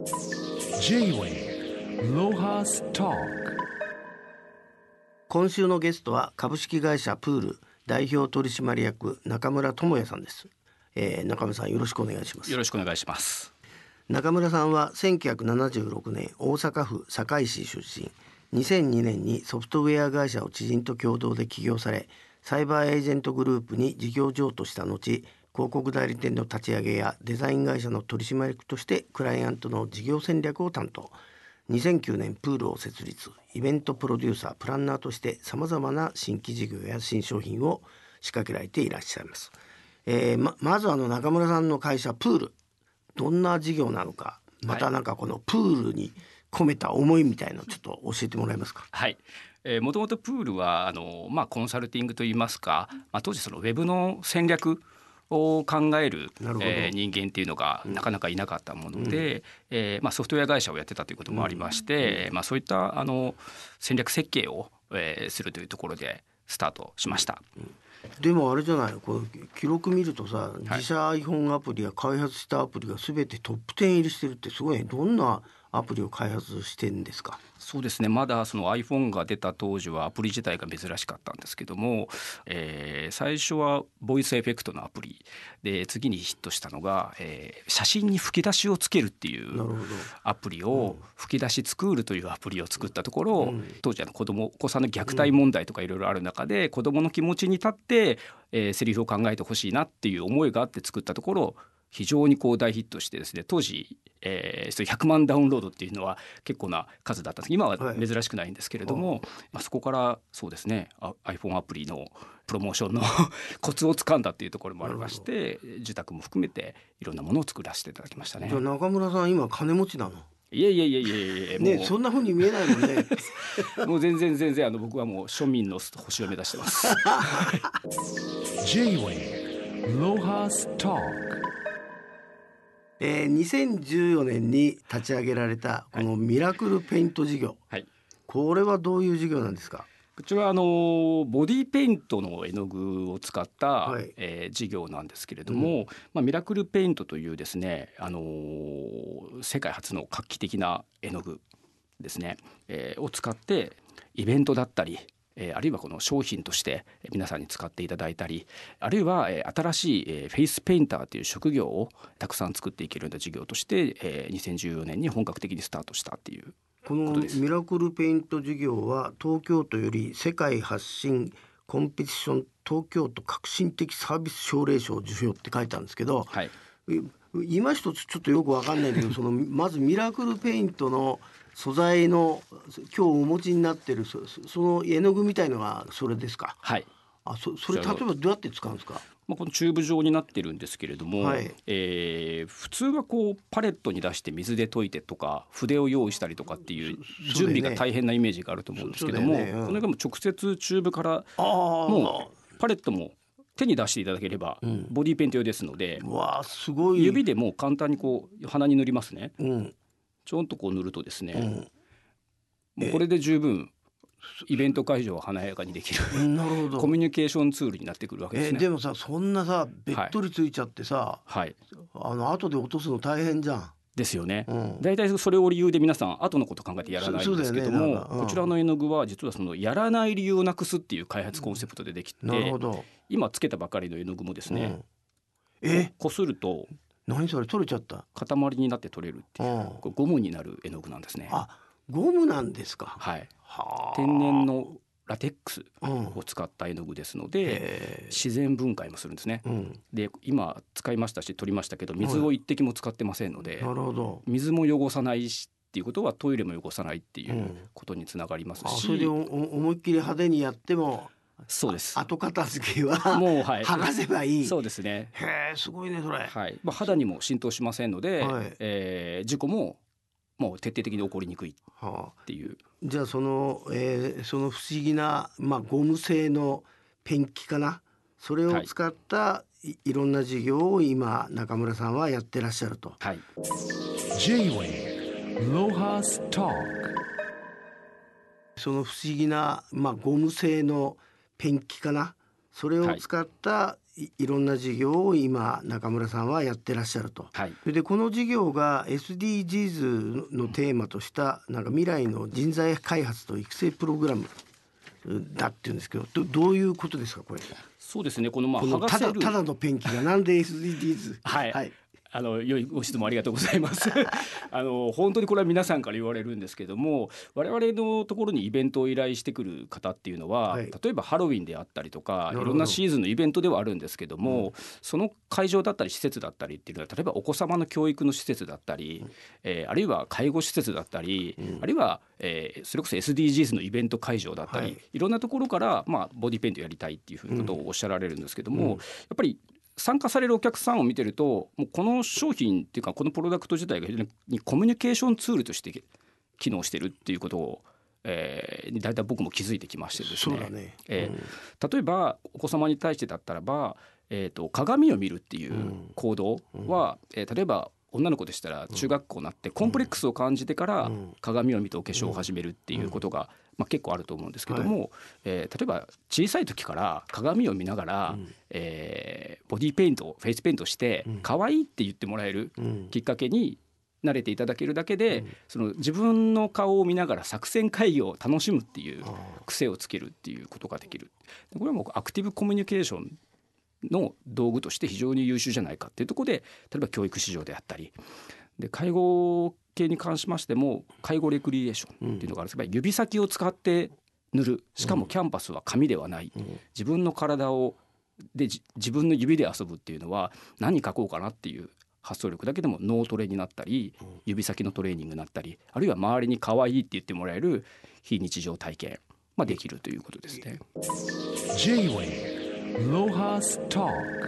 J-Way ロハストーク。 今週のゲストは株式会社プール代表取締役中村智也さんです。中村さん、よろしくお願いします。 よろしくお願いします。 中村さんは1976年大阪府堺市出身。2002年にソフトウェア会社を知人と共同で起業され、サイバーエージェントグループに事業譲渡した後、広告代理店の立ち上げやデザイン会社の取締役としてクライアントの事業戦略を担当。2009年プールを設立、イベントプロデューサープランナーとしてさまざまな新規事業や新商品を仕掛けられていらっしゃいます。まず中村さんの会社プール、どんな事業なのか、またこのプールに込めた思いみたいなのちょっと教えてもらえますか。 はい、もともとプールはコンサルティングといいますか、当時そのウェブの戦略を考える、人間っていうのがなかなかいなかったもので、ソフトウェア会社をやってたということもありまして、そういった戦略設計を、するというところでスタートしました。 でもあれじゃない、これ記録見るとさ、自社 iPhone アプリや開発したアプリが全てトップ10入りしてるってすごいね。どんなアプリを開発してんですか。 そうですね、まだその iPhone が出た当時はアプリ自体が珍しかったんですけども、最初はボイスエフェクトのアプリで、次にヒットしたのが、写真に吹き出しをつけるっていうアプリを、吹き出しスクールというアプリを作ったところ、当時お子さんの虐待問題とかいろいろある中で、子どもの気持ちに立って、セリフを考えてほしいなっていう思いがあって作ったところ、非常に大ヒットしてですね、当時、100万ダウンロードっていうのは結構な数だったんです。今は珍しくないんですけれども、そこからそうですね、iPhone アプリのプロモーションのコツをつかんだっていうところもありまして、受託も含めていろんなものを作らせていただきましたね。 じゃあ中村さん、今金持ちなの？ いえね、そんな風に見えないもんね。 もう全然僕はもう庶民の星を目指してます。 J-Way ロハストーク。 2014年に立ち上げられたこのミラクルペイント事業、これはどういう事業なんですか。 こちらはボディペイントの絵の具を使った、事業なんですけれども、ミラクルペイントというですね、世界初の画期的な絵の具ですね、を使ってイベントだったり、あるいはこの商品として皆さんに使っていただいたり、あるいは新しいフェイスペインターという職業をたくさん作っていけるような事業として2014年に本格的にスタートしたっていうこのミラクルペイント事業は東京都より世界発信コンペティション東京都革新的サービス奨励賞受賞って書いてあるんですけど、今一つちょっとよく分かんないんだけど、まずミラクルペイントの素材の今日お持ちになってるその絵の具みたいのがそれですか。それ例えばどうやって使うんですか。 このチューブ状になってるんですけれども、普通はパレットに出して水で溶いてとか筆を用意したりとかっていう準備が大変なイメージがあると思うんですけども、これがもう直接チューブからもうパレットも手に出していただければボディペイント用ですので、 すごい指でもう簡単に鼻に塗りますね。ちょんと塗るとですね、もうこれで十分イベント会場を華やかにできるなるほどコミュニケーションツールになってくるわけですね。 でもさ、そんなさべっとりついちゃってさ、後で落とすの大変じゃん。 ですよね。だいたいそれを理由で皆さん後のこと考えてやらないんですけども、こちらの絵の具は実はそのやらない理由をなくすっていう開発コンセプトでできて、今つけたばかりの絵の具もですね、こすると何それ取れちゃった塊になって取れるっていう、ゴムになる絵の具なんですね。 ゴムなんですか。 天然のラテックスを使った絵の具ですので、自然分解もするんですね。で今使いましたし取りましたけど、水を一滴も使ってませんので、水も汚さないしっていうことはトイレも汚さないっていうことにつながりますし、 それで思いっきり派手にやってもそうです。 後片付けはもう、剥がせばいい。 そうですね。 すごいねそれ。 肌にも浸透しませんので、事故ももう徹底的に起こりにくいっていう。 じゃあその不思議な、ゴム製のペンキかな、それを使ったいろんな事業を今中村さんはやってらっしゃると。 J-Way ロハストーク。 その不思議な、ゴム製のペンキかな、それを使ったいろんな事業を今中村さんはやってらっしゃると、 はい、 それでこの事業が SDGs のテーマとしたなんか未来の人材開発と育成プログラムだっていうんですけど、どういうことですかこれ。 そうですね、このこの剥がせるただのペンキがなんで SDGs はい、 はい、 良いご質問ありがとうございます本当にこれは皆さんから言われるんですけども、我々のところにイベントを依頼してくる方っていうのは、 はい、 例えばハロウィンであったりとかなるほどいろんなシーズンのイベントではあるんですけども、その会場だったり施設だったりっていうのは、例えばお子様の教育の施設だったり、あるいは介護施設だったり、あるいは、それこそ SDGs のイベント会場だったり、いろんなところから、ボディペイントやりたいっていうふうなことをおっしゃられるんですけども、やっぱり参加されるお客さんを見てると、もうこの商品っていうかこのプロダクト自体が非常にコミュニケーションツールとして機能してるっていうことを、だいたい僕も気づいてきましてですね。 そうだね、 例えばお子様に対してだったらば、鏡を見るっていう行動は、例えば女の子でしたら中学校になってコンプレックスを感じてから鏡を見てお化粧を始めるっていうことが、結構あると思うんですけども、例えば小さい時から鏡を見ながら、ボディペイントフェイスペイントして可愛いって言ってもらえるきっかけに慣れていただけるだけで、その自分の顔を見ながら作戦会議を楽しむっていう癖をつけるっていうことができる。これはもうアクティブコミュニケーションの道具として非常に優秀じゃないかっていうところで、例えば教育市場であったりで、介護系に関しましても介護レクリエーションっていうのがあるんですが、指先を使って塗る、しかもキャンパスは紙ではない、自分の体をで自分の指で遊ぶっていうのは何書こうかなっていう発想力だけでも脳トレになったり、指先のトレーニングになったり、あるいは周りに可愛いって言ってもらえる非日常体験、できるということですね。 J-Way Lohas Talk。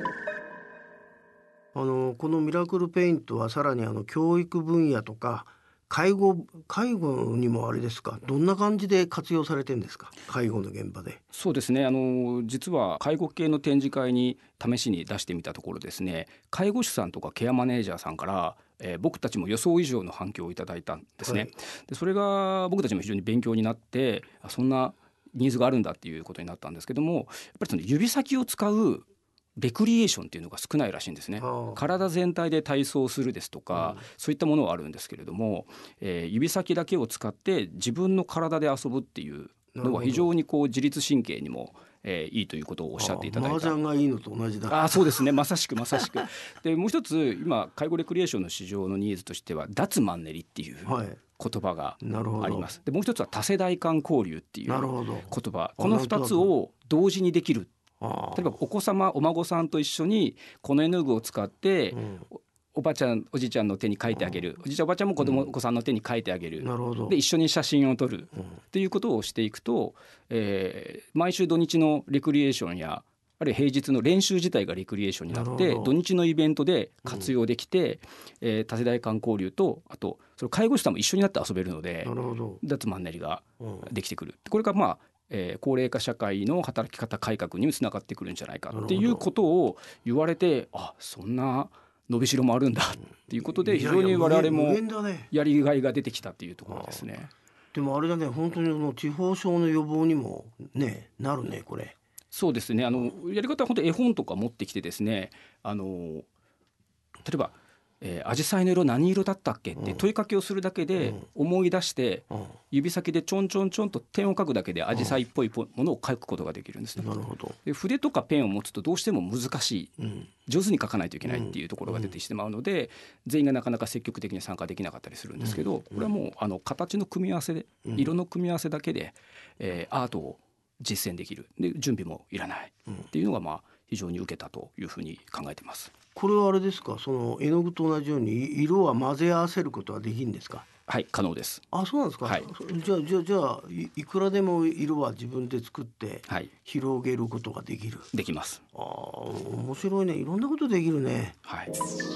このミラクルペイントはさらに教育分野とか介護にもあれですか、どんな感じで活用されてるんですか、介護の現場で。 そうですね、実は介護系の展示会に試しに出してみたところですね、介護士さんとかケアマネージャーさんから、僕たちも予想以上の反響をいただいたんですね、でそれが僕たちも非常に勉強になって、そんなニーズがあるんだっていうことになったんですけども、やっぱりその指先を使うレクリエーションっていうのが少ないらしいんですね。体全体で体操するですとか、そういったものはあるんですけれども、指先だけを使って自分の体で遊ぶっていうのは非常に自律神経にもいいということをおっしゃっていただいた。 麻雀がいいのと同じだ。 そうですね、まさしくでもう一つ今介護レクリエーションの市場のニーズとしては脱マンネリっていう言葉があります。でもう一つは多世代間交流っていう言葉、この2つを同時にできる。例えばお子様お孫さんと一緒にこの絵の具を使って、おばちゃんおじいちゃんの手に描いてあげる、おじいちゃんおばちゃんもお子さんの手に描いてあげる、で一緒に写真を撮るっていうことをしていくと、毎週土日のレクリエーションやあるいは平日の練習自体がレクリエーションになって土日のイベントで活用できて、多世代間交流と、あとその介護士さんも一緒になって遊べるので脱マンネリができてくる。これが高齢化社会の働き方改革につながってくるんじゃないかっていうことを言われて、そんな伸びしろもあるんだっていうことで、非常に我々もやりがいが出てきたっていうところですね。 でもあれだね、本当に地方症の予防にもねなるねこれ。 そうですね、やり方は本当絵本とか持ってきてですね、例えばアジサイの色何色だったっけって問いかけをするだけで思い出して、指先でちょんちょんちょんと点を描くだけでアジサイっぽいものを描くことができるんですね。 なるほど。 で筆とかペンを持つとどうしても難しい、上手に描かないといけないっていうところが出てしまうので、全員がなかなか積極的に参加できなかったりするんですけど、これはもう形の組み合わせで、色の組み合わせだけで、アートを実践できる、で準備もいらないっていうのが非常に受けたというふうに考えています。 これはあれですか、その絵の具と同じように色は混ぜ合わせることはできるんですか。 はい、可能です。 そうなんですか。じゃあいくらでも色は自分で作って広げることができる。 できます。 面白いね、いろんなことできるね。 はい。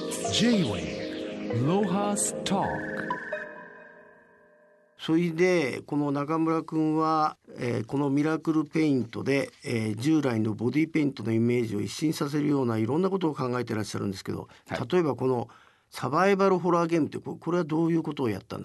J-Way Lohas Talk。 それでこの中村くんは、このミラクルペイントで、従来のボディペイントのイメージを一新させるようないろんなことを考えてらっしゃるんですけど、例えばこのサバイバルホラーゲームってこれはどういうことをやったんですか。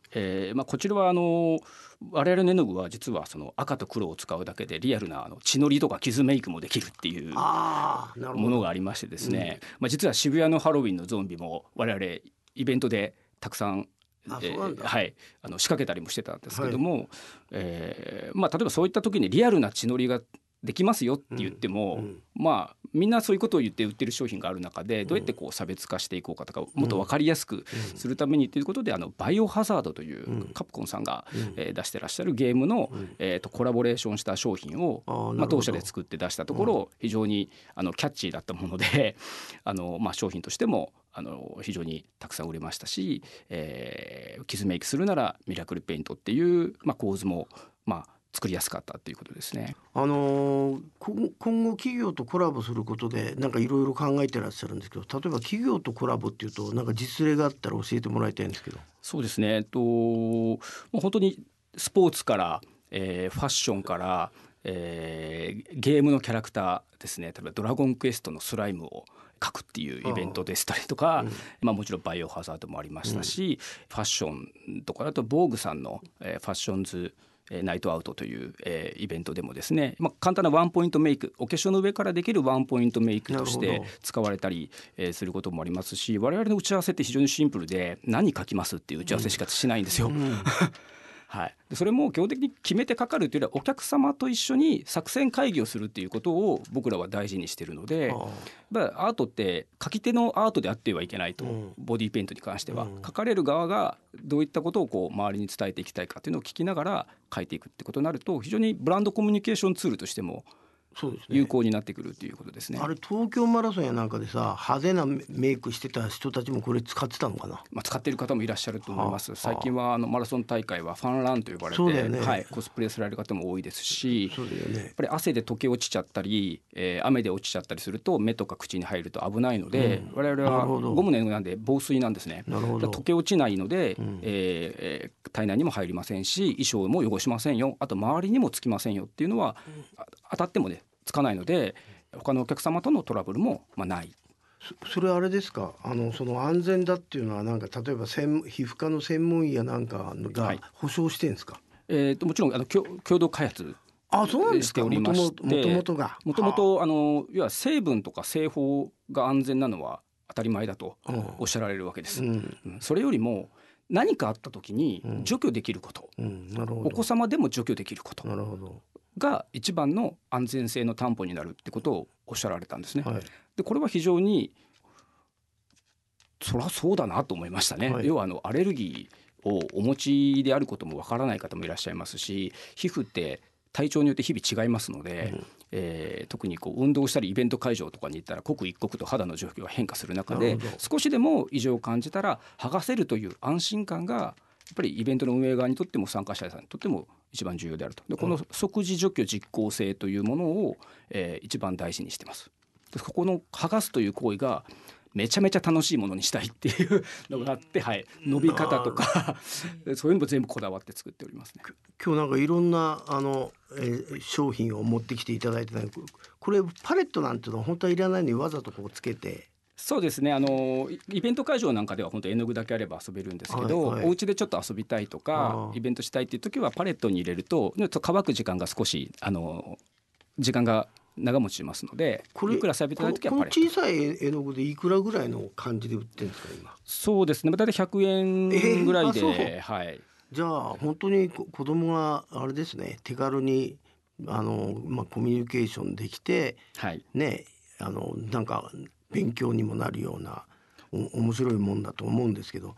こちらは我々の絵の具は実はその赤と黒を使うだけでリアルな血のりとか傷メイクもできるっていうものがありましてですね、実は渋谷のハロウィンのゾンビも我々イベントでたくさん仕掛けたりもしてたんですけども、例えばそういった時にリアルな血のりができますよって言っても、みんなそういうことを言って売ってる商品がある中でどうやってこう差別化していこうかとかもっと分かりやすくするためにということでバイオハザードというカプコンさんが出してらっしゃるゲームのコラボレーションした商品を当社で作って出したところ非常にキャッチーだったもので商品としても非常にたくさん売れましたし、傷メイクするならミラクルペイントっていう構図も作りやすかったということですね。 今後企業とコラボすることでなんかいろいろ考えてらっしゃるんですけど、例えば企業とコラボっていうとなんか実例があったら教えてもらいたいんですけど。 そうですね、もう本当にスポーツから、ファッションから、ゲームのキャラクターですね。例えばドラゴンクエストのスライムを描くっていうイベントでしたりとか、もちろんバイオハザードもありましたし、ファッションとかだとボーグさんの、ファッションズナイトアウトという、イベントでもですね、簡単なワンポイントメイク、お化粧の上からできるワンポイントメイクとして使われたり、することもありますし、我々の打ち合わせって非常にシンプルで何書きますっていう打ち合わせしかしないんですよ。でそれも基本的に決めてかかるというよりはお客様と一緒に作戦会議をするっていうことを僕らは大事にしているので、アートって書き手のアートであってはいけないと、ボディーペイントに関しては、書かれる側がどういったことをこう周りに伝えていきたいかっていうのを聞きながら書いていくってことになると非常にブランドコミュニケーションツールとしても有効になってくるということですね。 あれ東京マラソンやなんかでさ派手なメイクしてた人たちもこれ使ってたのかな。 使っている方もいらっしゃると思います。最近はマラソン大会はファンランと呼ばれて、コスプレされる方も多いですし、やっぱり汗で溶け落ちちゃったり、雨で落ちちゃったりすると目とか口に入ると危ないので、我々はゴムの絵の具なんで防水なんですね。溶け落ちないので、体内にも入りませんし衣装も汚しませんよ、あと周りにもつきませんよっていうのは、当たってもねつかないので他のお客様とのトラブルもない。 それあれですか、その安全だっていうのはなんか例えば皮膚科の専門医やなんかが保証してるんですか。 もちろん共同開発しておりまして、もともと要は成分とか製法が安全なのは当たり前だとおっしゃられるわけです。それよりも何かあった時に除去できること、お子様でも除去できることが一番の安全性の担保になるってことをおっしゃられたんですね。でこれは非常にそりゃそうだなと思いましたね。要はアレルギーをお持ちであることもわからない方もいらっしゃいますし、皮膚って体調によって日々違いますので、特に運動したりイベント会場とかに行ったら刻一刻と肌の状況が変化する中で少しでも異常を感じたら剥がせるという安心感がやっぱりイベントの運営側にとっても参加者さんにとっても一番重要であると。でこの即時除去実効性というものを、一番大事にしています。でここの剥がすという行為がめちゃめちゃ楽しいものにしたいっていうのがあって、伸び方とかそういうのも全部こだわって作っておりますね。 今日なんかいろんな商品を持ってきていただいてた、これパレットなんていうのは本当はいらないのにわざとこうつけて。 そうですね、イベント会場なんかでは本当絵の具だけあれば遊べるんですけど、お家でちょっと遊びたいとかイベントしたいっていう時はパレットに入れると乾く時間が少し時間が長持ちしますので、いくら遊びたい時はパレット。 この小さい絵の具でいくらぐらいの感じで売ってるんですか今。 そうですね、だいたい100円ぐらいで、 じゃあ本当に子供があれですね、手軽にコミュニケーションできて、なんか勉強にもなるような面白いもんだと思うんですけど、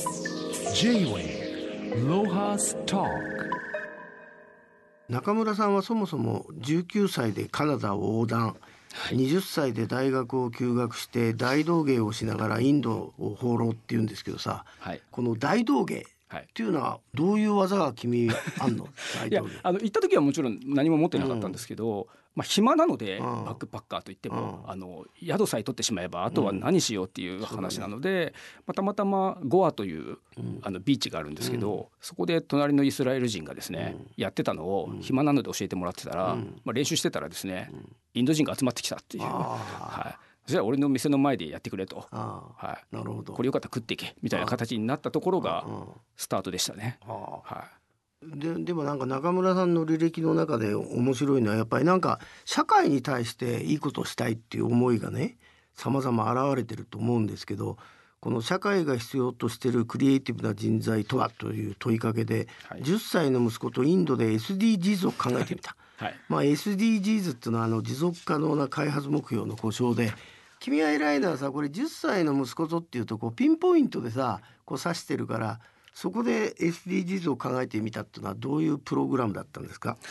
J-Way ロハストーク。 中村さんはそもそも19歳でカナダを横断、20歳で大学を休学して大道芸をしながらインドを放浪っていうんですけどさ、この大道芸っていうのはどういう技が君あんの？ いや行った時はもちろん何も持ってなかったんですけど、暇なのでバックパッカーといっても宿さえ取ってしまえばあとは何しようっていう話なので、たまたまゴアというビーチがあるんですけど、そこで隣のイスラエル人がですねやってたのを暇なので教えてもらってたら、練習してたらですねインド人が集まってきたっていう。 じゃあ俺の店の前でやってくれと、 ああ、 はい、 なるほど。 これよかったら食っていけみたいな形になったところがあスタートでしたね。 あ、ああ、 はでもなんか中村さんの履歴の中で面白いのはやっぱりなんか社会に対していいことをしたいっていう思いがね様々現れてると思うんですけど、この社会が必要としているクリエイティブな人材とはという問いかけで、 はい、 10歳の息子とインドで SDGs を考えてみた、 はい SDGs っていうのは持続可能な開発目標の呼称で、君は偉いのはさ、これ10歳の息子とっていうとこうピンポイントでさこう指してるから、そこで SDGs を考えてみたっていうのはどういうプログラムだったんですか？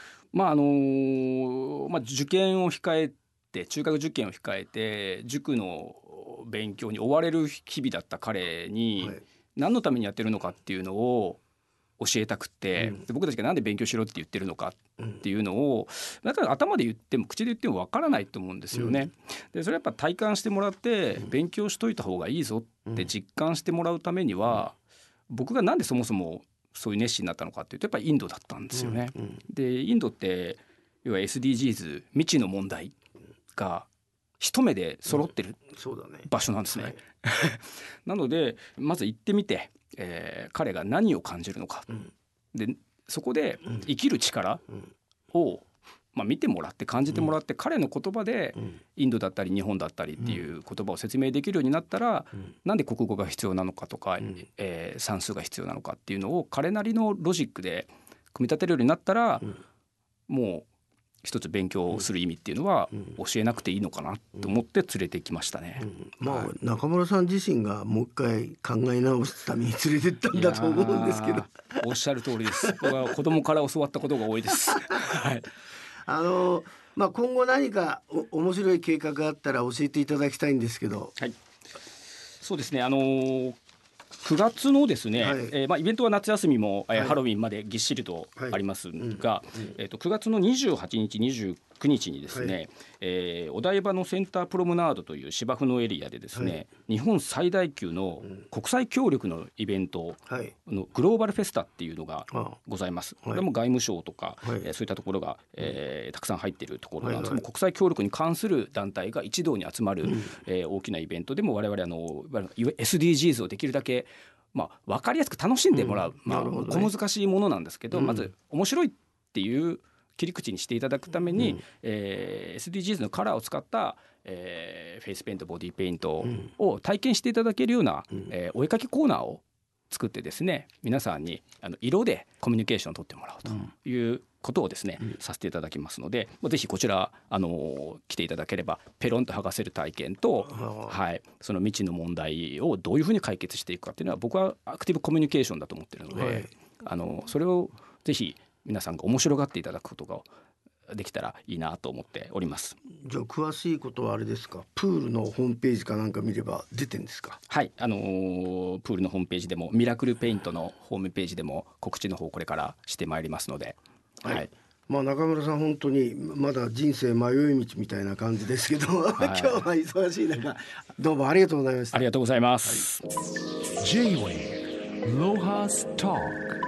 受験を控えて、中学受験を控えて塾の勉強に追われる日々だった彼に、 はい、 何のためにやってるのかっていうのを教えたくて、で僕たちがなんで勉強しろって言ってるのかっていうのを、だから頭で言っても口で言ってもわからないと思うんですよね。でそれやっぱ体感してもらって勉強しといた方がいいぞって実感してもらうためには、僕がなんでそもそもそういう熱心になったのかっていうとやっぱりインドだったんですよね。でインドって要は SDGs 未知の問題が一目で揃ってる場所なんですね。はい、なのでまず行ってみて、彼が何を感じるのか、でそこで生きる力を、見てもらって感じてもらって、彼の言葉でインドだったり日本だったりっていう言葉を説明できるようになったら、なんで国語が必要なのかとか、算数が必要なのかっていうのを彼なりのロジックで組み立てるようになったら、もう一つ勉強する意味っていうのは教えなくていいのかなと思って連れてきましたね。 中村さん自身がもう一回考え直すために連れてったんだと思うんですけど。 おっしゃる通りです。僕は子供から教わったことが多いです。はい、 今後何か面白い計画があったら教えていただきたいんですけど。 はい、そうですね、9月のですね、イベントは夏休みも、ハロウィンまでぎっしりとありますが、9月の28日29日にですね、お台場のセンタープロムナードという芝生のエリアでですね、日本最大級の国際協力のイベントのグローバルフェスタっていうのがございます。これも外務省とか、そういったところが、たくさん入っているところなんですけども、国際協力に関する団体が一堂に集まる、大きなイベントでも、我々SDGs をできるだけ分かりやすく楽しんでもらう、小難しいものなんですけど、まず面白いっていう切り口にしていただくために、SDGs のカラーを使った、フェイスペイント、ボディペイントを体験していただけるような、お絵かきコーナーを作ってですね、皆さんに色でコミュニケーションを取ってもらうということをですね、させていただきますので、ぜひこちら来ていただければ、ペロンと剥がせる体験と、その未知の問題をどういうふうに解決していくかっていうのは、僕はアクティブコミュニケーションだと思っているので、それをぜひ皆さんが面白がっていただくことができたらいいなと思っております。 じゃあ詳しいことはあれですか、プールのホームページかなんか見れば出てんですか？ はい、プールのホームページでも、ミラクルペイントのホームページでも告知の方これからしてまいりますので、 中村さん本当にまだ人生迷い道みたいな感じですけど、今日は忙しい中どうもありがとうございました。 ありがとうございます。 J-Way ロハストーク